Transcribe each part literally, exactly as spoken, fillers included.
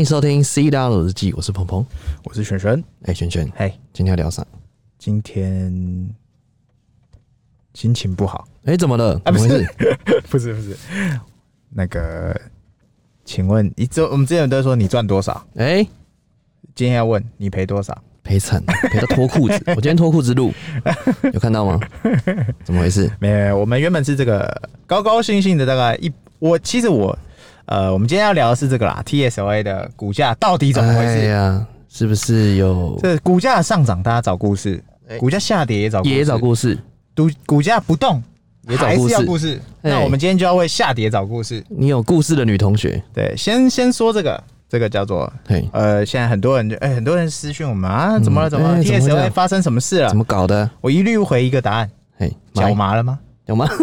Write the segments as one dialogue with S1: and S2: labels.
S1: 迎收听《C 大佬日记》，我是鹏鹏，
S2: 我是璇璇。
S1: 哎，璇璇，
S2: 嘿，
S1: 今天要聊啥？
S2: 今天心情不好。
S1: 哎，怎么了？
S2: 啊，
S1: 怎么回事？
S2: 不是不是，那个，请问你这我们之前都说你赚多少？
S1: 哎，
S2: 今天要问你赔多少？
S1: 赔惨，赔到脱裤子。我今天脱裤子录，有看到吗？怎么回事？
S2: 没有，我们原本是这个高高兴兴的，大概一我其实我呃，我们今天要聊的是这个啦 ，T S L A 的股价到底怎么回事？
S1: 哎呀，是不是有
S2: 这股价上涨，大家找故事；股价下跌也找故事，
S1: 也找故事；
S2: 股股价不动
S1: 也找故事，
S2: 还是要故事。那我们今天就要为下跌找故事。
S1: 你有故事的女同学，
S2: 对，先先说这个。这个叫做呃，现在很多人就哎、欸，很多人私讯我们啊，怎么了？怎么了、欸、？T S L A 发生什么事了？
S1: 怎么搞的？
S2: 我一律回一个答案。嘿，脚麻了吗？
S1: 有吗？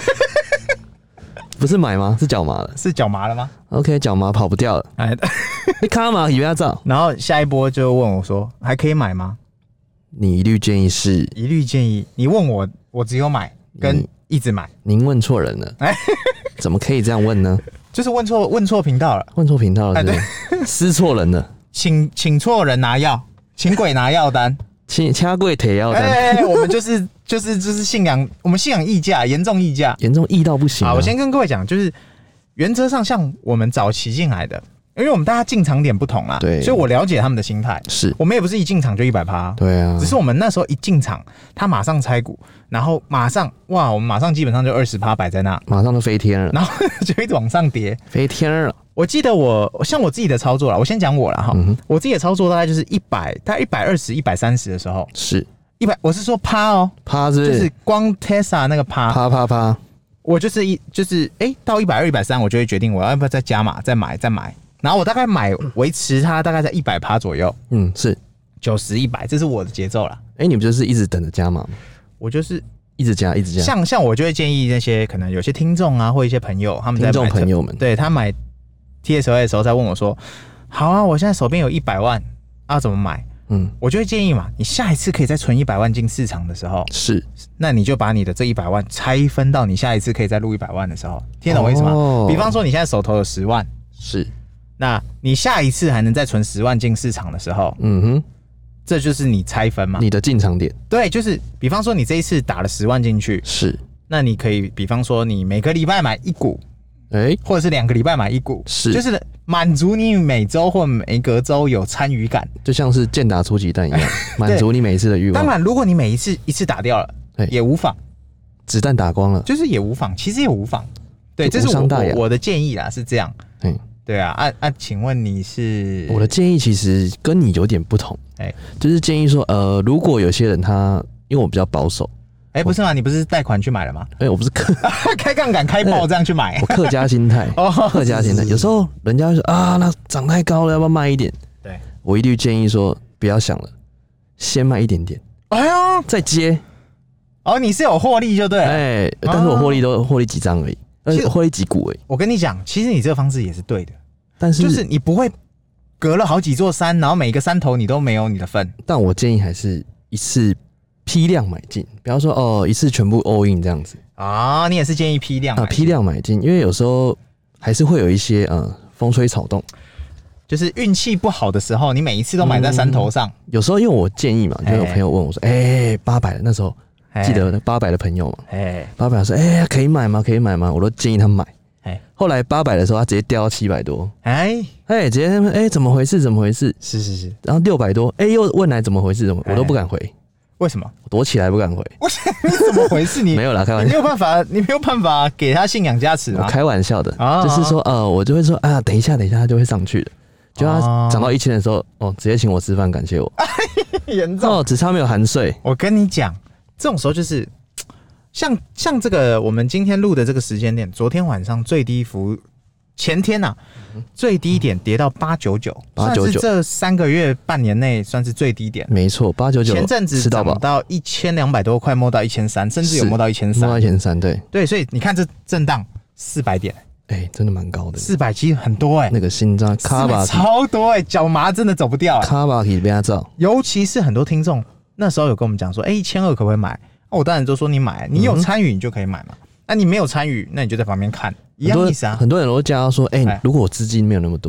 S1: 不是买吗？是脚麻了。
S2: 是脚麻了吗
S1: ？OK， 脚麻跑不掉了。哎，你卡嘛？以为要照。
S2: 然后下一波就问我说：“还可以买吗？”
S1: 你一律建议是？
S2: 一律建议。你问我，我只有买跟一直买。
S1: 您问错人了。哎，怎么可以这样问呢？
S2: 就是问错问错频道了，
S1: 问错频道了是不是，哎，撕错人了，
S2: 请请错人拿药，请鬼拿药单，
S1: 请掐鬼铁药单。
S2: 哎，欸，我们就是就是就是信仰，我们信仰溢价，严重溢价，
S1: 严重溢到不行，啊。
S2: 好，我先跟各位讲，就是原则上像我们早期进来的，因为我们大家进场点不同啦，对，所以我了解他们的心态。是我们也不是一进场就一百趴，对啊，只是我们那时候一进场，他马上拆股，然后马上哇，我们马上基本上就二十趴摆在那，
S1: 马上就飞天了，
S2: 然后就一直往上跌，
S1: 飞天了。
S2: 我记得我像我自己的操作啦，我先讲我啦哈，嗯，我自己的操作大概就是一百，大概一百二十、一百三十的时候，是一百，我是说趴哦，趴是，就是光 Tesla 那个趴，趴趴趴，我就是一就是哎，欸，到一百二、一百三，我就会决定我要不要再加码、再买、再买。然后我大概买维持它大概在一百趴左右，嗯，是九十一百，这是我的节奏啦。哎，欸，你不就是一直等着加码吗？我就是一直加，一直加。像像我就会建议那些可能有些听众啊，或一些朋友，他们在买听众朋友们，对他买 T S L A 的时候，再问我说：“好啊，我现在手边有一百万，啊，怎么买？”嗯，我就会建议嘛，你下一次可以再存一百万进市场的时候，是，那你就把你的这一百万拆分到你下一次可以再入一百万的时候，听懂我意思吗？哦，比方说你现在手头有十万，是。那你下一次还能再存十万进市场的时候，嗯哼，这就是你拆分嘛，你的进场点。对，就是比方说你这一次打了十万进去，是，那你可以比方说你每个礼拜买一股，哎，欸，或者是两个礼拜买一股，是，就是满足你每周或每隔周有参与感，就像是健达出奇蛋一样，满足你每一次的欲望。当然，如果你每一次一次打掉了，也无妨，子弹打光了，就是也无妨，其实也无妨。对，这是我我的建议啦，是这样。嗯。对啊，啊啊，请问你是？我的建议其实跟你有点不同，哎，欸，就是建议说，呃，如果有些人他，因为我比较保守，哎，欸，不是吗？你不是贷款去买了吗？哎，欸，我不是客开杠杆开爆这样去买，我客家心态，客家心态，有时候人家会说啊，那涨太高了，要不要卖一点？对，我一律建议说，不要想了，先卖一点点，哎呀，再接。哦，你是有获利就对了，哎，欸，但是我获利都获利几张而已。而且获利几股而已。我跟你讲，其实你这个方式也是对的，但是就是你不会隔了好几座山，然后每一个山头你都没有你的份。但我建议还是一次批量买进，不要说哦一次全部 all in 这样子啊。你也是建议批量买进啊，批量买进，因为有时候还是会有一些呃风吹草动，就是运气不好的时候，你每一次都买在山头上。嗯，有时候因为我建议嘛，就有朋友问我说：“哎，八百那时候。”记得八百的朋友嘛，哎，八百说，哎，欸，可以买吗？可以买吗？我都建议他买。哎，后来八百的时候，他直接掉到七百多，哎，哎，直接哎，欸，怎么回事？怎么回事？是是是。然后六百多，哎，欸，又问来怎么回事？怎么？我都不敢回。为什么？我躲起来不敢回。我你怎么回事？你没有啦，开玩笑。你没有办法，你没有办法给他信仰加持吗？我开玩笑的，啊，就是说，呃，我就会说，啊，等一下，等一下，他就会上去的。就他涨到一千的时候，哦，直接请我吃饭，感谢我。严重哦，只差没有含税。我跟你讲，这种时候就是。像像这个我们今天录的这个时间点，昨天晚上最低幅，前天呐，啊嗯、最低点跌到八九九，算是这三个月半年内算是最低点。没错，八九九。前阵子涨到一千两百多，快摸到一千三，甚至有摸到一千三，摸到一千三，对对，所以你看这震荡四百点，哎，欸，真的蛮高的，四百其实很多哎，欸，那个心脏卡巴超多哎，欸，脚麻真的走不掉哎，欸，卡巴可以被他照，尤其是很多听众那时候有跟我们讲说，哎，一千二可不可以买？哦，我当然就说你买，你有参与你就可以买嘛。那，嗯啊，你没有参与，那你就在旁边看，一样意思啊。很多人都叫他说，哎，欸，如果我资金没有那么多，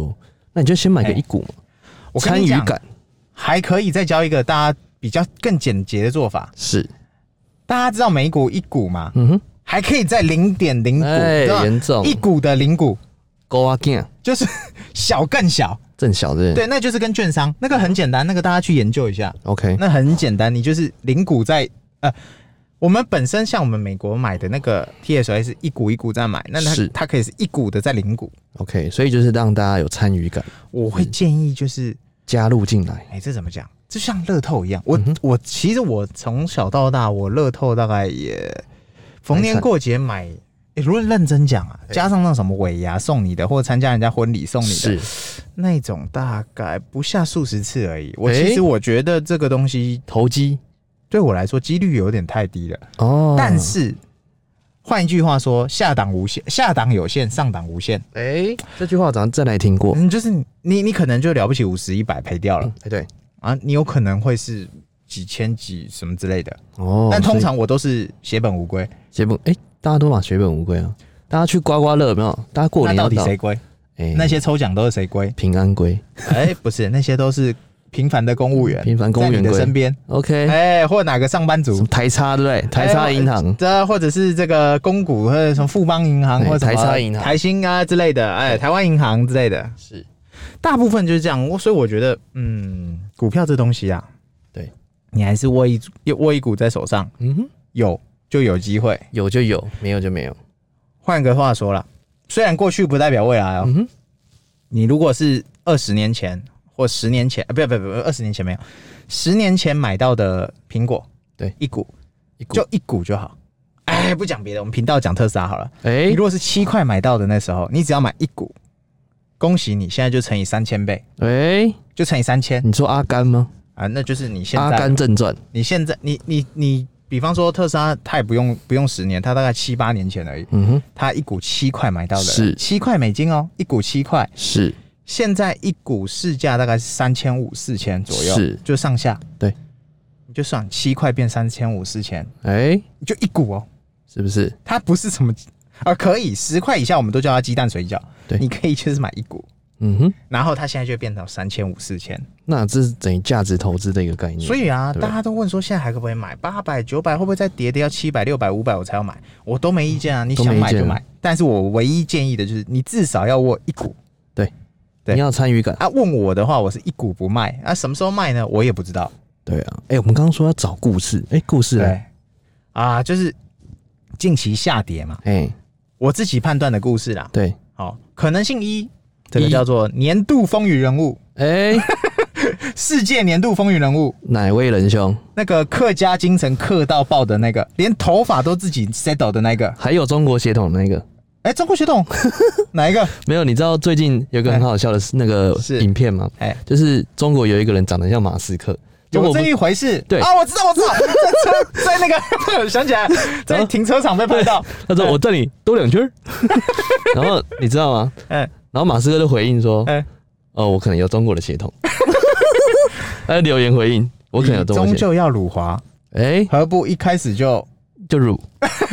S1: 那你就先买个一股嘛，
S2: 我
S1: 参与感。
S2: 还可以再教一个大家比较更简洁的做法，
S1: 是
S2: 大家知道每股一股吗？
S1: 嗯哼，
S2: 还可以在零点零股，
S1: 严重
S2: 一股的零股，
S1: 高啊干，
S2: 就是小更小，
S1: 正小的，
S2: 对，那就是跟券商那个很简单，那个大家去研究一下。
S1: OK，
S2: 那很简单，你就是零股在呃，我们本身像我们美国买的那个 T S A 是一股一股在买，那它它可以是一股的在零股。
S1: OK， 所以就是让大家有参与感。
S2: 我会建议就是
S1: 加入进来。
S2: 哎、欸，这怎么讲？就像乐透一样，我、嗯、我其实我从小到大，我乐透大概也逢年过节买。欸、如果认真讲啊，加上那什么尾牙送你的，或者参加人家婚礼送你的，
S1: 是
S2: 那种大概不下数十次而已。我其实我觉得这个东西
S1: 投机
S2: 对我来说几率有点太低了哦。但是换一句话说，下档无限，下档有限，上档无限。
S1: 哎、欸，这句话咱真来听过。
S2: 嗯，就是你你可能就了不起五十一百赔掉了，哎、
S1: 嗯、对
S2: 啊，你有可能会是几千几什么之类的哦。但通常我都是血本无归，
S1: 血本哎。欸大家都嘛血本无归啊！大家去刮刮乐有没有？大家过年
S2: 那到底谁归？欸、那些抽奖都是谁归？
S1: 平安归？
S2: 哎、欸，不是，那些都是平凡的公务员，
S1: 平凡公务员
S2: 在你的身边。
S1: OK，
S2: 哎、欸，或哪个上班族？
S1: 台差对不对？台差银行，
S2: 这、欸、或者是这个公股或者什么富邦银行，或者
S1: 台差银行、
S2: 台新啊之类的，哎、欸，台湾银行之类的，
S1: 是
S2: 大部分就是这样。所以我觉得，嗯，股票这东西啊，
S1: 对
S2: 你还是握一握一股在手上，
S1: 嗯哼，
S2: 有就有机会，
S1: 有就有，没有就没有。
S2: 换个话说啦，虽然过去不代表未来哦、喔嗯。你如果是二十年前或十年前，啊，不不不，二十年前没有，十年前买到的苹果，
S1: 对，
S2: 一股，一股就一股就好。哎，不讲别的，我们频道讲特斯拉好了。哎、欸，你如果是七块买到的那时候，你只要买一股，恭喜你，现在就乘以三千倍。哎、欸，就乘以三千。
S1: 你说阿甘吗？
S2: 啊，那就是你现在
S1: 阿甘正传。
S2: 你现在，你你你。比方说特斯拉，它也不用不用十年，它大概七八年前而已。嗯哼，它一股七块买到的，是七块美金哦，一股七块。
S1: 是，
S2: 现在一股市价大概是三千五四千左右，是，就上下。
S1: 对，
S2: 你就算七块变三千五四千，
S1: 哎、欸，
S2: 就一股哦，
S1: 是不是？
S2: 它不是什么啊，可以十块以下我们都叫它鸡蛋水饺。对，你可以就是买一股。嗯哼，然后它现在就变到三千五四千，
S1: 那这是等于价值投资的一个概念。
S2: 所以啊，大家都问说现在还可不可以买？八百、九百会不会再跌跌到七百、六百、五百我才要买？我都没意见啊，你想买就买。但是我唯一建议的就是你至少要握一股，
S1: 对，对，你要参与感
S2: 啊。问我的话，我是一股不卖啊，什么时候卖呢？我也不知道。
S1: 对啊，哎、欸，我们刚刚说要找故事，哎、欸，故事
S2: 对啊，就是近期下跌嘛，哎、欸，我自己判断的故事啦。
S1: 对，
S2: 好，可能性一。这个叫做年度风云人物，哎、欸，世界年度风云人物，
S1: 哪位仁兄？
S2: 那个客家精神客到爆的那个，连头发都自己 settle 的那个，
S1: 还有中国血统的那个，
S2: 哎、欸，中国血统哪一个？
S1: 没有，你知道最近有个很好笑的那个影片吗？哎、欸，就是中国有一个人长得像马斯克。
S2: 有这一回事？
S1: 对
S2: 啊，我知道，我知道，在车，在那个想起来，在停车场被拍到。
S1: 他说：“我带你兜两圈。”然后你知道吗？哎、欸，然后马斯克就回应说：“哎、欸，哦，我可能有中国的血统。”他留言回应：“我可能有中国血统。”
S2: 终究要辱华，哎、欸，何不一开始就
S1: 就辱？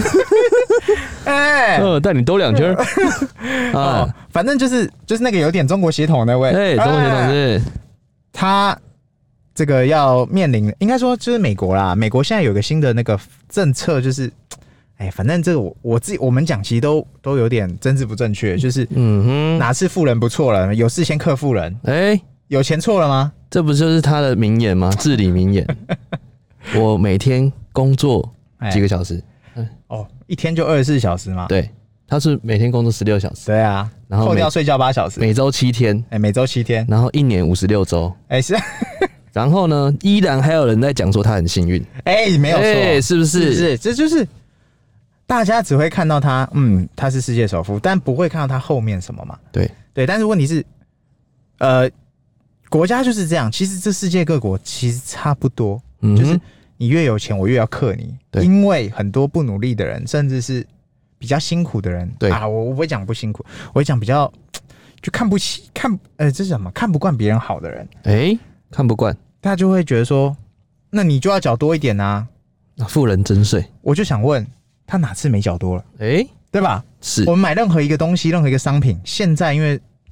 S1: 哎，嗯，带你兜两圈。啊、
S2: 哦，反正就是就是那个有点中国血统的那位，
S1: 哎、欸，中国血统是、欸、
S2: 他。这个要面临，应该说就是美国啦。美国现在有个新的那个政策，就是，哎，反正这个我我自己我们讲其实都都有点政治不正确，就是嗯哼，哪次富人不错了，有事先克富人。哎、欸，有钱错了吗？
S1: 这不就是他的名言吗？至理名言。我每天工作几个小时？
S2: 欸、哦，一天就二十四小时嘛。
S1: 对，他是每天工作十六小时。
S2: 对啊，然后扣掉睡觉八小时，
S1: 每周七天。
S2: 哎、欸，每周七天，
S1: 然后一年五十六周。
S2: 哎、欸，是。
S1: 然后呢，依然还有人在讲说他很幸运，
S2: 哎、欸，没有错、
S1: 欸，是不是？
S2: 是不是？这就是大家只会看到他，嗯，他是世界首富，但不会看到他后面什么嘛？
S1: 对
S2: 对，但是问题是，呃，国家就是这样。其实这世界各国其实差不多，嗯、就是你越有钱，我越要克你，因为很多不努力的人，甚至是比较辛苦的人，对啊，我我不会讲不辛苦，我会讲比较就看不起看，呃，这是什么？看不惯别人好的人，
S1: 哎、欸，看不惯。
S2: 他就会觉得说，那你就要缴多一点啊！
S1: 富人征税，
S2: 我就想问他哪次没缴多了？哎、欸，对吧？
S1: 是
S2: 我们买任何一个东西，任何一个商品，现在因为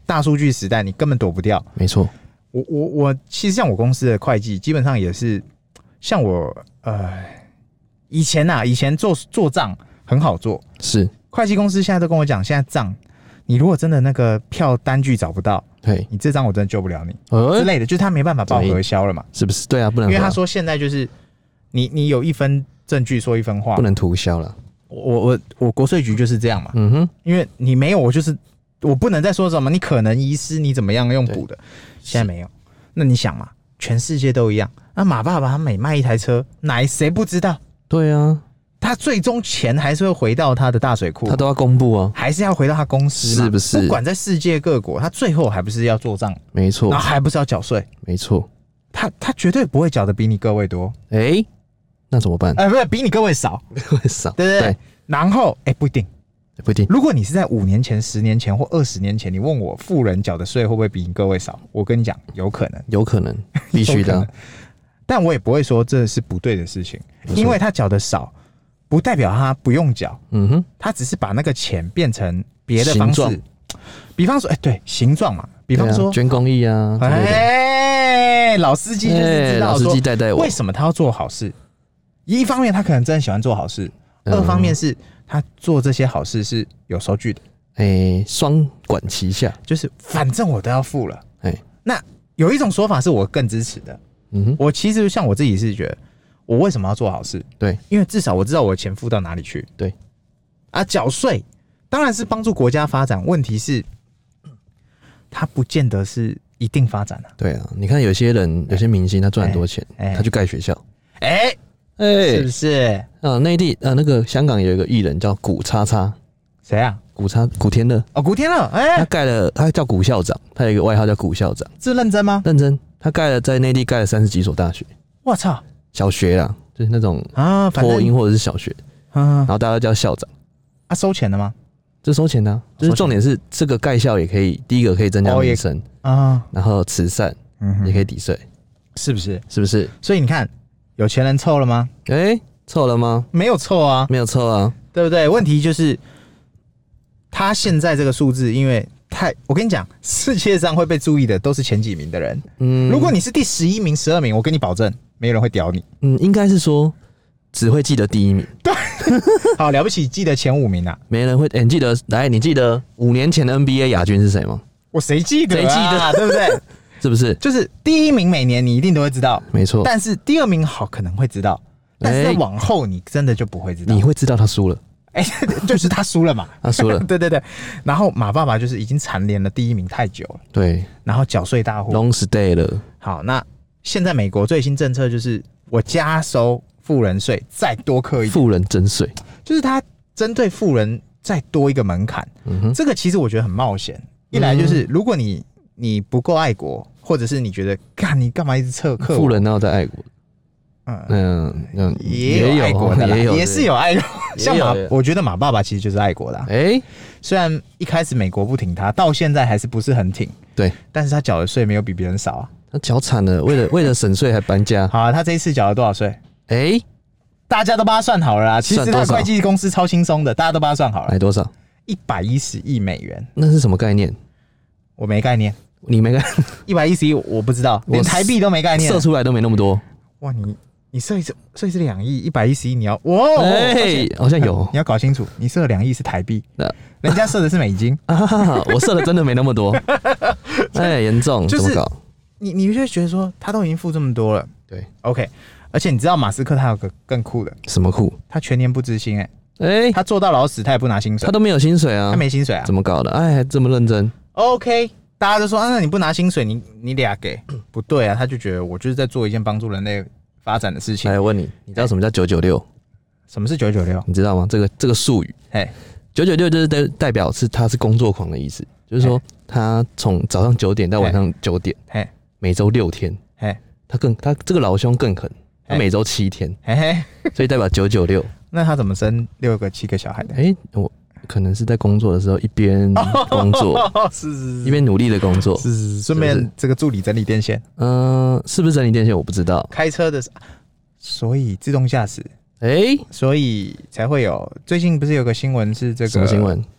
S2: 大数据时代，你根本躲不掉。
S1: 没错，
S2: 我我我其实像我公司的会计，基本上也是像我呃以前啊，以前做做账很好做，
S1: 是
S2: 会计公司现在都跟我讲，现在账你如果真的那个票单据找不到，
S1: 对，
S2: 你这张我真的救不了你、欸、之类的，就是他没办法报核销了嘛，
S1: 是不是？对啊，不能，
S2: 因为他说现在就是你你有一分证据说一分话，
S1: 不能涂销了。
S2: 我我我国税局就是这样嘛，嗯哼，因为你没有，我就是我不能再说什么你可能遗失，你怎么样用补的，现在没有。那你想嘛，全世界都一样。那马爸爸他每卖一台车，哪谁不知道？
S1: 对啊。
S2: 他最终钱还是会回到他的大水库，
S1: 他都要公布啊，
S2: 还是要回到他公司嘛，
S1: 是不是？
S2: 不管在世界各国，他最后还不是要做账？
S1: 没错，
S2: 然后还不是要缴税？
S1: 没错，
S2: 他他绝对不会缴的比你各位多。
S1: 哎、欸，那怎么办？
S2: 哎、呃，不是比你各位少，
S1: 各位少，
S2: 对不 对, 對？然后哎、欸，不一定，
S1: 不一定。
S2: 如果你是在五年前、十年前或二十年前，你问我富人缴的税会不会比你各位少？我跟你讲，有可能，
S1: 有可能，必须的。
S2: 但我也不会说这是不对的事情，因为他缴的少。不代表他不用缴，嗯哼，他只是把那个钱变成别的方式，比方说，哎、欸，对，形状嘛，比方说、
S1: 啊、捐公益啊，
S2: 哎、欸，老司机就是知道说，
S1: 老司机带带我，
S2: 为什么他要做好事？一方面他可能真的喜欢做好事，嗯、二方面是他做这些好事是有收据的，
S1: 哎、欸，双管齐下，
S2: 就是反正我都要付了，哎、
S1: 欸，
S2: 那有一种说法是我更支持的，嗯哼，我其实像我自己是觉得。我为什么要做好事？
S1: 对，
S2: 因为至少我知道我的钱付到哪里去。
S1: 对，
S2: 啊，缴税当然是帮助国家发展，问题是它不见得是一定发展啊。
S1: 对啊，你看有些人、有些明星，他赚很多钱，欸欸、他去盖学校，
S2: 哎、欸、哎、欸，是不是？
S1: 啊，内地呃，那个香港有一个艺人叫古叉叉，
S2: 谁啊？
S1: 古叉古天乐
S2: 哦，古天乐，哎、欸，
S1: 他盖了，他叫古校长，他有一个外号叫古校长，
S2: 是认真吗？
S1: 认真，他盖了在内地盖了三十几所大学，
S2: 我操！
S1: 小学啦，就是那种啊，托婴或者是小学，啊、然后大家都叫校长。
S2: 啊，收钱的吗？
S1: 这收钱的、啊，就是重点是这个盖校也可以，第一个可以增加民生、哦、啊，然后慈善也可以抵税、嗯，
S2: 是不是？
S1: 是不是？
S2: 所以你看，有钱人凑了吗？
S1: 哎、欸，凑了吗？
S2: 没有凑啊，
S1: 没有凑啊，
S2: 对不对？问题就是他现在这个数字，因为太，我跟你讲，世界上会被注意的都是前几名的人。嗯，如果你是第十一名、十二名，我跟你保证。没有人会屌你，
S1: 嗯，应该是说只会记得第一名。
S2: 对，好了不起，记得前五名啊，
S1: 没人会。欸、你记得来？你记得五年前的 N B A 亚军是谁吗？
S2: 我谁记得、啊？
S1: 谁记得？
S2: 对不对？
S1: 是不是？
S2: 就是第一名每年你一定都会知道，
S1: 没错。
S2: 但是第二名好可能会知道，但是在往后你真的就不会知道。
S1: 你会知道他输了，
S2: 哎、欸，就是他输了嘛，
S1: 他输了。
S2: 对对对。然后马爸爸就是已经蝉联了第一名太久了，
S1: 对。
S2: 然后缴税大户
S1: ，long stay 了。
S2: 好，那。现在美国最新政策就是我加收富人税，再多课一点。
S1: 富人征税，
S2: 就是他针对富人再多一个门槛。嗯哼，这个其实我觉得很冒险。一来就是如果你你不够爱国，或者是你觉得干你干嘛一直撤课？
S1: 富人哪有在爱国？嗯嗯，
S2: 也有爱国的啦，也有也是有爱国。像马，我觉得马爸爸其实就是爱国的、啊。哎、欸，虽然一开始美国不挺他，到现在还是不是很挺。
S1: 对，
S2: 但是他缴的税没有比别人少啊。
S1: 他缴惨了，为了为了省税还搬家。
S2: 好、啊，他这一次缴了多少税？哎、欸，大家都帮他算好了啦。其实他会计公司超轻松的，大家都帮他算好了。
S1: 来多少？
S2: 一百一十亿美元。
S1: 那是什么概念？
S2: 我没概念。
S1: 你没概念？
S2: 一百一十亿我不知道，连台币都没概念。
S1: 射出来都没那么多。
S2: 哇，你你射一次射一次两亿，一百一十亿你要哇？
S1: 哎、欸，好像有。
S2: 你要搞清楚，你射了两亿是台币，人家射的是美金。
S1: 啊、我射的真的没那么多。哎，严重，
S2: 就是、
S1: 怎么搞？
S2: 你你就会觉得说，他都已经付这么多了，
S1: 对
S2: ，OK。而且你知道马斯克他有个更酷的，
S1: 什么酷？
S2: 他全年不支薪、欸，哎、
S1: 欸，
S2: 他做到老死，他也不拿薪水，
S1: 他都没有薪水啊，
S2: 他没薪水啊，
S1: 怎么搞的？哎，还这么认真
S2: ？OK， 大家都说啊，那你不拿薪水，你你俩给不对啊？他就觉得我就是在做一件帮助人类发展的事情。
S1: 来，我问你，你知道什么叫九九六？
S2: 什么是九九六？
S1: 你知道吗？这个这个术语，哎，九九六就是代代表是他是工作狂的意思，就是说他从早上九点到晚上九点，哎，每周六天，哎，他更他这个老兄更狠，他每周七天，嘿嘿，所以代表九九六。
S2: 那他怎么生六个七个小孩的？
S1: 哎、欸，我可能是在工作的时候一边工作，
S2: 是是是，
S1: 一边努力的工作，
S2: 是是是，顺便这个助理整理电线。
S1: 嗯、呃，是不是整理电线我不知道。
S2: 开车的，所以自动驾驶，
S1: 哎、欸，
S2: 所以才会有最近不是有个新闻是这个
S1: 什么新闻？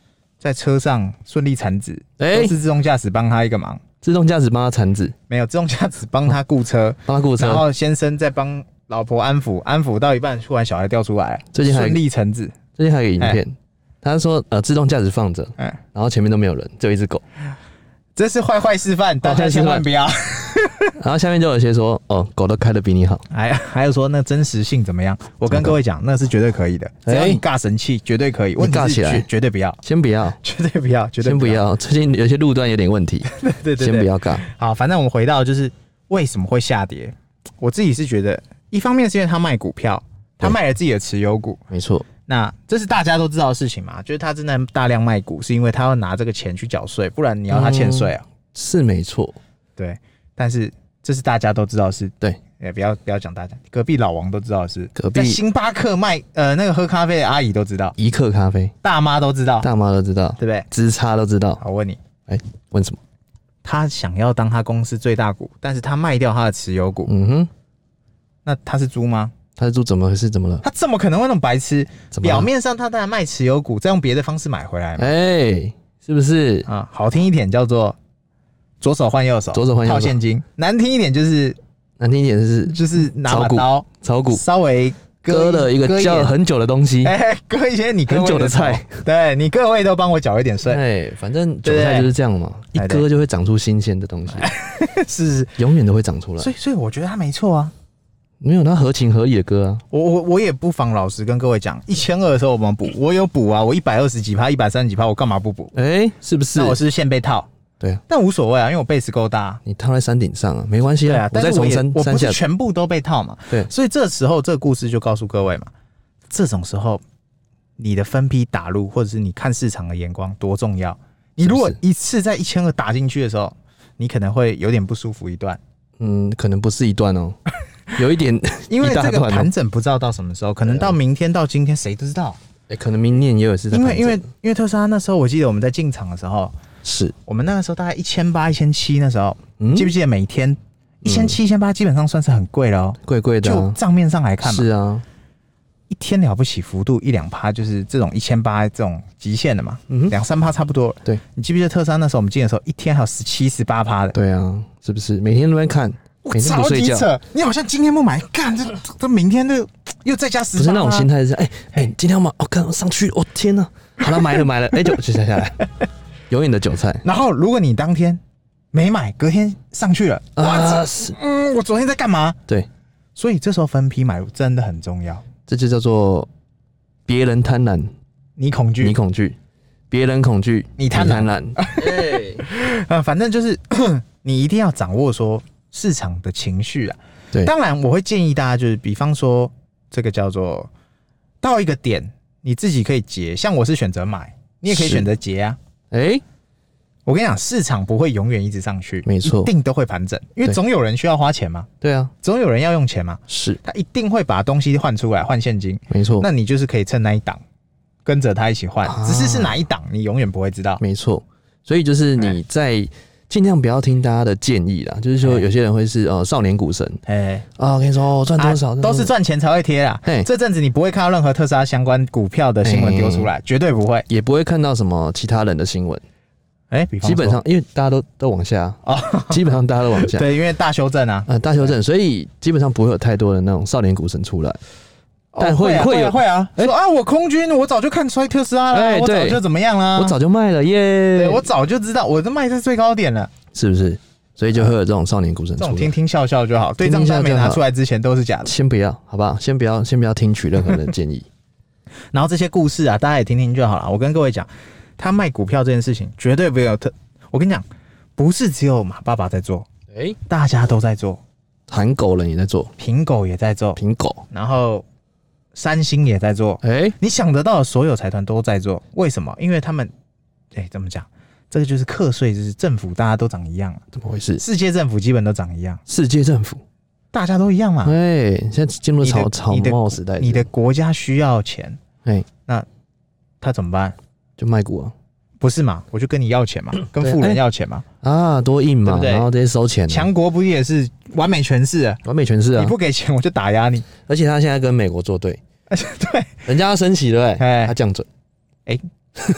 S2: 在车上顺利产子，欸、都是自动驾驶帮他一个忙。
S1: 自动驾驶帮他产子？
S2: 没有，自动驾驶帮他顾车，
S1: 帮、哦、他顾车，
S2: 然后先生再帮老婆安抚，安抚到一半，突然小孩掉出来，最近顺利产子。
S1: 最近还有一个影片，欸、他说呃自动驾驶放着，欸、然后前面都没有人，只有一只狗。
S2: 这是坏坏示范，大家千万不要。
S1: 然后下面就有些说，哦，狗都开得比你好，
S2: 还还有说那真实性怎么样？我跟各位讲，那是绝对可以的，只要你尬神器，绝对可以。问题是
S1: 尬起来，
S2: 绝对不要，
S1: 先不要，
S2: 绝对不要，绝对
S1: 先不要。最近有些路段有点问题，
S2: 对对 对, 对，
S1: 先不要尬。
S2: 好，反正我们回到就是为什么会下跌，我自己是觉得，一方面是因为他卖股票，他卖了自己的持有股，
S1: 没错。
S2: 那这是大家都知道的事情嘛，就是他真的大量卖股，是因为他要拿这个钱去缴税，不然你要他欠税啊、嗯，
S1: 是没错，
S2: 对，但是。这是大家都知道的事，
S1: 对，
S2: 也不要不要讲大家，隔壁老王都知道的事，
S1: 隔壁
S2: 在星巴克卖呃那个喝咖啡的阿姨都知道，
S1: 一克咖啡，
S2: 大妈都知道，
S1: 大妈都知道，
S2: 对不对？
S1: 直差都知道。
S2: 好，我问你，
S1: 哎、欸，问什么？
S2: 他想要当他公司最大股，但是他卖掉他的持有股，嗯哼，那他是猪吗？
S1: 他是猪，怎么回事？怎么了？
S2: 他怎么可能会那么白痴？表面上他当然卖持有股，再用别的方式买回来，
S1: 哎、欸，是不是
S2: 啊？好听一点叫做左手换右手，
S1: 左手换右手
S2: 套现金；难听一点就是。
S1: 难听一点是
S2: 就是拿把刀
S1: 炒股，
S2: 稍微
S1: 割了一个叫了很久的东西，
S2: 哎、欸，割一些你
S1: 很久的菜，
S2: 对你各位都帮我缴一点税，
S1: 哎，反正韭菜就是这样嘛，一割就会长出新鲜的东西，
S2: 是
S1: 永远都会长出来，
S2: 所以所以我觉得他没错啊，
S1: 没有他合情合理的割啊，
S2: 我我我也不妨老实跟各位讲，一千二的时候我们补，我有补啊，我一百二十几趴，一百三十几趴，我干嘛不补？
S1: 哎、欸，是不是？
S2: 那我是不是现被套？
S1: 对啊，
S2: 但无所谓啊，因为我 base 够大，
S1: 你套在山顶上啊，没关系啊。
S2: 啊，
S1: 我再从山
S2: 我不是全部都被套嘛。
S1: 对，
S2: 所以这时候这个故事就告诉各位嘛，这种时候你的分批打入，或者是你看市场的眼光多重要。你如果一次在一千二打进去的时候，你可能会有点不舒服一段。
S1: 嗯，可能不是一段哦，有一点，
S2: 因为这个盘整不知道到什么时候，可能到明天到今天谁都知道。
S1: 哎、欸，可能明年也有是在
S2: 因为因为因为特斯拉那时候我记得我们在进场的时候。
S1: 是
S2: 我们那个时候大概一千八、一千七那时候，嗯、记不记得每天一千七、一千八基本上算是很贵了哦，
S1: 贵贵的、啊。
S2: 就账面上来看嘛，
S1: 是啊，
S2: 一天了不起幅度一两趴，就是这种一千八这种极限的嘛，两三趴差不多了。
S1: 对，
S2: 你记不记得特斯拉那时候我们进的时候，一天还有十七、十八趴的？
S1: 对啊，是不是每天都在看？每天不睡觉。
S2: 超级扯！你好像今天不买，干这这明天就又再加十。
S1: 不是那种心态是，哎、欸、哎、欸，今天要买，哦，看上去，哦天哪，好了买了买了，哎、欸、就就下下来。永远的韭菜。
S2: 然后，如果你当天没买，隔天上去了，啊，嗯，我昨天在干嘛？
S1: 对，
S2: 所以这时候分批买入真的很重要。
S1: 这就叫做别人贪婪，
S2: 你恐惧，
S1: 你恐惧；别人恐惧，
S2: 你贪婪。
S1: 对，
S2: 呃，反正就是你一定要掌握说市场的情绪啊。
S1: 对，
S2: 当然我会建议大家，就是比方说这个叫做到一个点，你自己可以结，像我是选择买，你也可以选择结啊。哎、欸，我跟你讲，市场不会永远一直上去，
S1: 没错，
S2: 一定都会盘整，因为总有人需要花钱嘛。
S1: 对啊，
S2: 总有人要用钱嘛。
S1: 是，
S2: 他一定会把东西换出来，换现金。
S1: 没错，
S2: 那你就是可以趁那一档跟着他一起换、啊，只是是哪一档，你永远不会知道。
S1: 没错，所以就是你在尽量不要听大家的建议啦，就是说有些人会是呃少年股神，哎啊，我跟你说赚多少、啊、
S2: 都是赚钱才会贴啦。这阵子你不会看到任何特斯拉相关股票的新闻丢出来，绝对不会，
S1: 也不会看到什么其他人的新闻。
S2: 哎、欸，
S1: 基本上因为大家都都往下啊，基本上大家都往下。
S2: 对，因为大修正啊，
S1: 呃，大修正，所以基本上不会有太多的那种少年股神出来。但
S2: 会、
S1: 哦、会有
S2: 会啊，欸、说啊，我空军，我早就看衰特斯拉了、欸，我早就怎么样啦，
S1: 我早就卖了耶，
S2: 对，我早就知道，我都卖在最高点了，
S1: 是不是？所以就会有这种少年股神出来，
S2: 这种听听笑笑就好，对账单没拿出来之前都是假的，
S1: 先不要，好不好？先不要，先不要听取任何人的建议。
S2: 然后这些故事啊，大家也听听就好了。我跟各位讲，他卖股票这件事情绝对不有特，我跟你讲，不是只有马爸爸在做，哎、欸，大家都在做，
S1: 韩狗人也在做，
S2: 苹狗也在做，
S1: 苹狗，
S2: 然后三星也在做，哎、欸，你想得到的所有财团都在做，为什么？因为他们，哎、欸，怎么讲？这个就是课税，就是政府大家都长一样，
S1: 怎么回事？
S2: 世界政府基本都长一样，
S1: 世界政府
S2: 大家都一样嘛。
S1: 哎，现在进入草草帽时代，
S2: 你的国家需要钱，
S1: 哎，
S2: 那他怎么办？
S1: 就卖股啊？
S2: 不是嘛？我就跟你要钱嘛，跟富人要钱嘛。
S1: 啊，多硬嘛，对不对？然后直接收钱。
S2: 强国不也是完美诠释？
S1: 完美诠释啊！
S2: 你不给钱，我就打压你。
S1: 而且他现在跟美国作对，
S2: 对，
S1: 人家要升息对不对？他降准，
S2: 哎。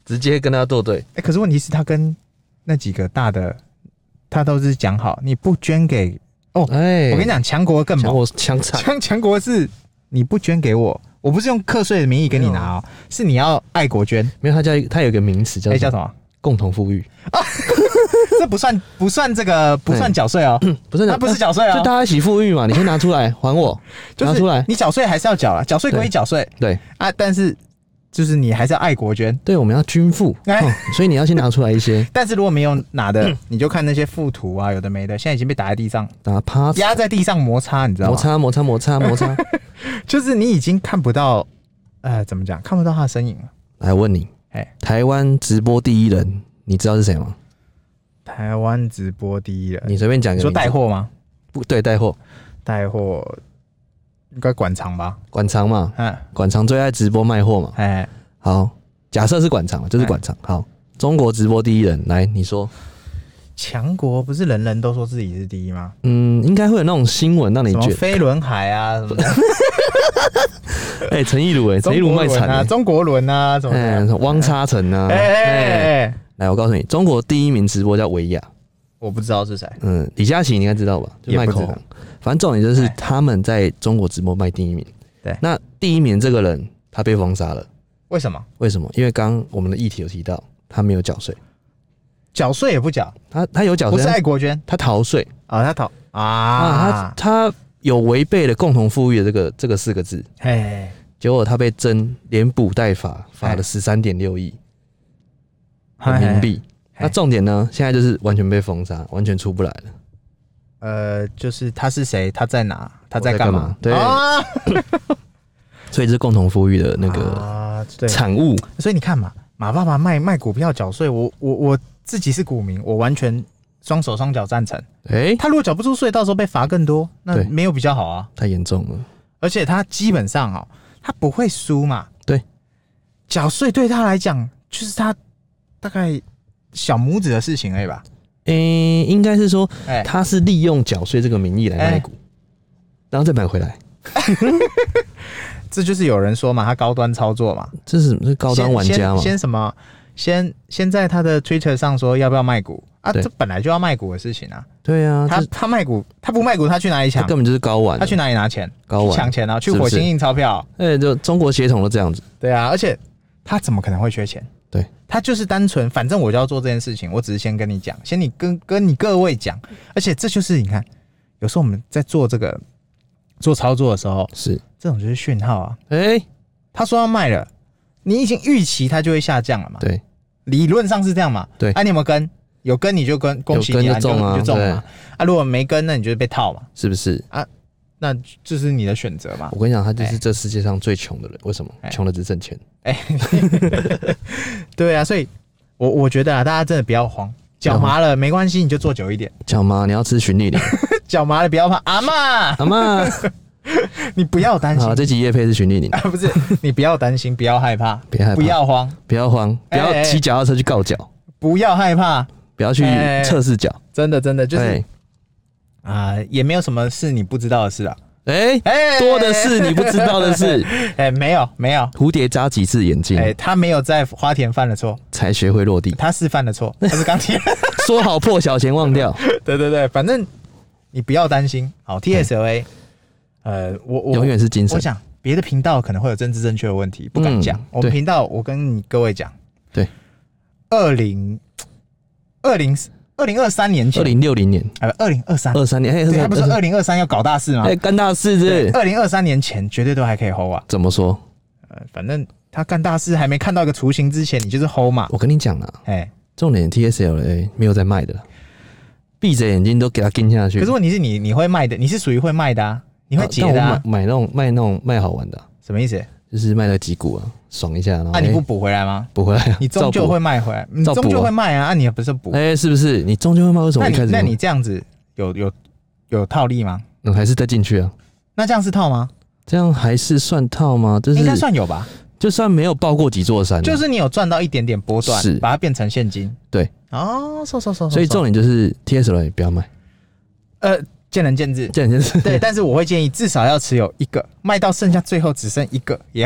S1: 直接跟他作对。
S2: 哎、欸，可是问题是，他跟那几个大的，他都是讲好，你不捐给哦。哎、欸，我跟你讲，强国更猛，强国
S1: 强惨，
S2: 强强国是你不捐给我，我不是用课税的名义跟你拿哦，是你要爱国捐。
S1: 没有，他叫他有一个名词叫、
S2: 欸、叫什么？
S1: 共同富裕。啊
S2: 这不算不算这个不算缴税哦，
S1: 不是，
S2: 那不是缴税哦，
S1: 就大家一起富裕嘛。你先拿出来还我，拿出来。
S2: 你缴税还是要缴啊，缴税归缴税，
S1: 对
S2: 啊，但是就是你还是要爱国捐，
S1: 对，我们要均富，欸哦、所以你要先拿出来一些。
S2: 但是如果没有拿的，你就看那些附图啊，有的没的，现在已经被打在地上，
S1: 打趴，
S2: 压在地上摩擦，你知道吗？
S1: 摩擦摩擦摩擦摩擦，
S2: 就是你已经看不到，呃，怎么讲，看不到他的身影了。
S1: 来问你，哎，台湾直播第一人，你知道是谁吗？
S2: 台湾直播第一人，
S1: 你随便讲一个。
S2: 你说带货吗？
S1: 不对，带货，
S2: 带货应该馆藏吧？
S1: 馆藏嘛，嗯，馆藏最爱直播卖货嘛。哎，好，假设是馆藏，就是馆藏。好，中国直播第一人，来，你说。
S2: 强国不是人人都说自己是第一吗？
S1: 嗯，应该会有那种新闻让你觉得
S2: 飞轮海啊什么的。
S1: 哎、欸，陈亦儒哎，陈亦儒卖惨
S2: 啊，中国轮啊，什么的，
S1: 哎、欸，汪叉城啊，哎哎哎，来，我告诉你，中国第一名直播叫维亚，
S2: 我不知道是谁，
S1: 嗯，李佳琦你应该知道吧？就卖口红，反正重点就是他们在中国直播卖第一名。对，那第一名这个人他被封杀了，
S2: 为什么？
S1: 为什么？因为刚刚我们的议题有提到，他没有缴税，
S2: 缴税也不缴，
S1: 他他有缴税，
S2: 不是爱国捐，
S1: 他逃税
S2: 啊，他逃啊，
S1: 啊，他他有违背了共同富裕的这个这个四个字，哎。结果他被征连补带罚，罚了十三点六亿人民币。那重点呢，现在就是完全被封杀，完全出不来了。
S2: 呃，就是他是谁，他在哪，他在干嘛？
S1: 对，啊、所以这是共同富裕的那个产物。啊、
S2: 所以你看嘛，马爸爸卖卖股票缴税，我我我自己是股民，我完全双手双脚赞成。哎、欸，他如果缴不出税，到时候被罚更多，那没有比较好啊。
S1: 太严重了，
S2: 而且他基本上啊。他不会输嘛？
S1: 对，
S2: 缴税对他来讲就是他大概小拇指的事情而已吧。
S1: 诶、欸，应该是说，欸、他是利用缴税这个名义来卖股，欸、然后再买回来。
S2: 这就是有人说嘛，他高端操作嘛，
S1: 这是是高端玩家嘛？
S2: 先, 先, 先什么？先先在他的 Twitter 上说要不要卖股啊？这本来就要卖股的事情啊。
S1: 对啊，
S2: 他他卖股，他不卖股，他去哪里抢？
S1: 根本就是高玩。
S2: 他去哪里拿钱？
S1: 高玩
S2: 抢钱啊！去火星印钞票。
S1: 哎、欸，就中国血统都这样子。
S2: 对啊，而且他怎么可能会缺钱？
S1: 对，
S2: 他就是单纯，反正我就要做这件事情，我只是先跟你讲，先你跟跟你各位讲，而且这就是你看，有时候我们在做这个做操作的时候，
S1: 是
S2: 这种就是讯号啊。哎、
S1: 欸，
S2: 他说要卖了，你已经预期它就会下降了嘛？
S1: 对。
S2: 理论上是这样嘛？对，啊，你有没有跟？有跟你就跟，恭喜你啊，
S1: 就中啊，
S2: 就中嘛。啊，如果没跟，那你就被套嘛，
S1: 是不是？
S2: 啊，那就是你的选择嘛。
S1: 我跟你讲，他就是这世界上最穷的人，为什么？穷的只剩钱。哎，
S2: 对啊，所以我我觉得啊，大家真的不要慌，脚麻了没关系，你就做久一点。
S1: 脚麻你要吃循利宁，
S2: 脚麻了不要怕，阿嬷，
S1: 阿嬷。
S2: 你不要担心，
S1: 好，这集业配是循利宁、
S2: 啊，不是你不要担心，不要害怕，
S1: 别害怕，
S2: 不要慌，
S1: 不要慌，不要骑脚踏车去告脚，
S2: 不要害怕，
S1: 不要去测试脚，
S2: 真的真的就是啊、呃，也没有什么是你不知道的事啊，
S1: 哎、欸、哎、欸，多的是你不知道的事，
S2: 哎、欸，没有没有，
S1: 蝴蝶眨几次眼睛，哎、
S2: 欸，他没有在花田犯了错，
S1: 才学会落地，
S2: 他是犯了错，他是钢铁，
S1: 说好破小钱忘掉，
S2: 对对对，反正你不要担心，好 ，T S L A。呃，我我
S1: 永远是精神。
S2: 我想别的频道可能会有政治正确的问题，不敢讲、嗯。我们频道，我跟你各位讲，
S1: 对，
S2: 二零二零二零二三年前，
S1: 二零六零年，
S2: 呃，二零二三
S1: 二三年，哎，
S2: 对，他不是二零二三要搞大事吗？
S1: 哎，干大事是
S2: 二零二三年前绝对都还可以 hold 啊。
S1: 怎么说？
S2: 呃，反正他干大事还没看到一个雏形之前，你就是 hold 嘛。
S1: 我跟你讲啦，哎，重点 T S L A 没有在卖的，闭着眼睛都给他跟下去。
S2: 可是问题是你你会卖的，你是属于会卖的啊。你会解的、啊
S1: 啊、买, 买那种卖那种卖好玩的、啊，
S2: 什么意思？
S1: 就是卖了几股啊，爽一下。然后
S2: 啊，你不补回来吗？
S1: 补回来、啊，
S2: 你终究会卖回来，你终究会卖啊！啊，你不是补？
S1: 哎、欸，是不是？你终究会卖？为什么一开始？
S2: 那你这样子有有有套利吗？
S1: 嗯，还是再进去啊？
S2: 那这样是套吗？
S1: 这样还是算套吗？就是
S2: 应该算有吧。
S1: 就算没有爆过几座山、啊，
S2: 就是你有赚到一点点波段，
S1: 是
S2: 把它变成现金。
S1: 对，
S2: 哦，收收收。
S1: 所以重点就是 T S L A 不要卖。
S2: 呃。见仁见智，
S1: 见仁见智。
S2: 对，但是我会建议至少要持有一个，卖到剩下最后只剩一个也好。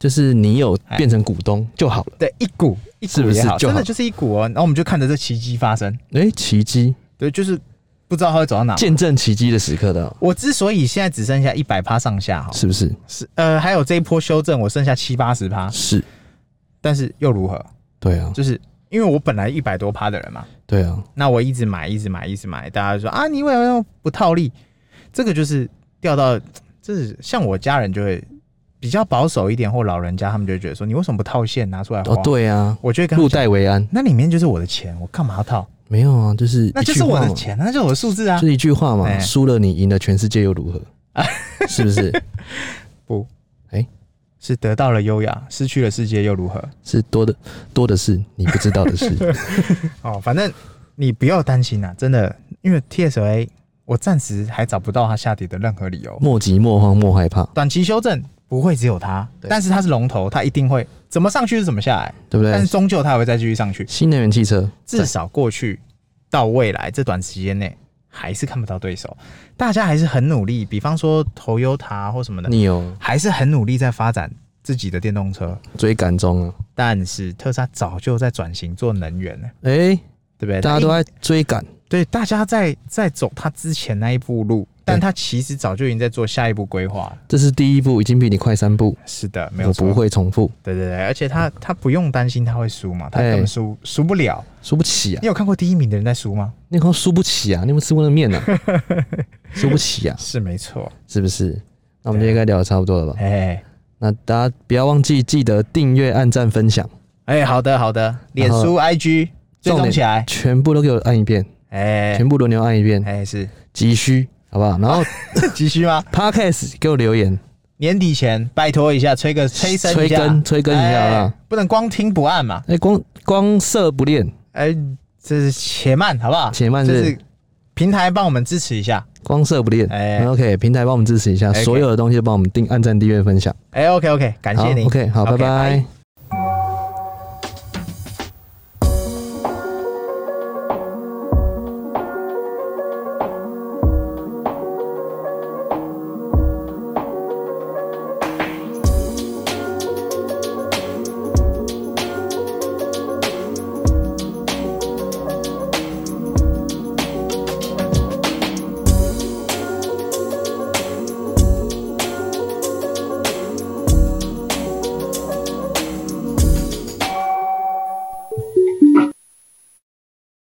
S1: 就是你有变成股东就好了。
S2: 对，一股一股也好，真的就是一股哦。然后我们就看着这奇迹发生。
S1: 哎、欸，奇迹，
S2: 对，就是不知道它会走到哪，
S1: 见证奇迹的时刻的。
S2: 我之所以现在只剩下一百趴上下，
S1: 是不是？
S2: 是呃，还有这一波修正，我剩下七八十趴，
S1: 是，
S2: 但是又如何？
S1: 对啊，
S2: 就是因为我本来一百多趴的人嘛，
S1: 对啊，
S2: 那我一直买，一直买，一直买，大家就说啊，你为什么不套利？这个就是掉到，这是像我家人就会比较保守一点，或老人家他们就会觉得说，你为什么不套现拿出来花？
S1: 哦，对啊，
S2: 我就会跟他
S1: 入袋为安，
S2: 那里面就是我的钱，我干嘛要套？
S1: 没有啊，就是
S2: 那就是我的钱，那就是我的数字啊，
S1: 就是一句话嘛，输了你赢了全世界又如何？是不是？
S2: 不，
S1: 哎、欸，
S2: 是得到了优雅，失去了世界又如何？
S1: 是多的多的是你不知道的事。
S2: 哦，反正你不要担心啊，真的，因为 T S A 我暂时还找不到它下跌的任何理由。
S1: 莫急莫慌莫害怕，
S2: 短期修正不会只有它，但是它是龙头，它一定会怎么上去是怎么下来，
S1: 对不对？
S2: 但是终究它也会再继续上去。
S1: 新能源汽车
S2: 至少过去到未来这短时间内还是看不到对手，大家还是很努力，比方说 Toyota 或什么的，
S1: 你有
S2: 还是很努力在发展自己的电动车，
S1: 追赶中啊。
S2: 但是特斯拉早就在转型做能源了，
S1: 哎、欸，
S2: 对不对？
S1: 大家都在追赶，
S2: 对，大家在在走他之前那一步路，但他其实早就已经在做下一步规划了。
S1: 这是第一步，已经比你快三步。
S2: 是的，没有错，
S1: 我不会重复。
S2: 对对对，而且他他不用担心他会输嘛，他根本输输不了，
S1: 输不起啊！
S2: 你有看过第一名的人在输吗？
S1: 你有看输不起啊？你有没有吃过那个面啊？输不起啊！
S2: 是没错，
S1: 是不是？那我们今天应该聊得差不多了吧？
S2: 哎，
S1: 那大家不要忘记记得订阅、按赞、分享。
S2: 哎，好的好的，脸书、I G 追踪起来，
S1: 全部都给我按一遍。哎，全部轮流按一遍。
S2: 哎，是
S1: 急需，好不好？然后
S2: 急需吗
S1: ？Podcast 给我留言。
S2: 年底前拜托一下，催个催生
S1: 一下，催更催更一下啊！
S2: 不能光听不按嘛。
S1: 哎，光光射不练。
S2: 哎，这是且慢，好不好？
S1: 且慢是
S2: 平台帮我们支持一下。
S1: 光射不练。哎 ，OK， 平台帮我们支持一下，
S2: okay.
S1: 所有的东西都帮我们订、按赞、订阅、分享。
S2: 哎 ，OK OK， 感谢您。
S1: OK， 好， okay, 拜拜。Bye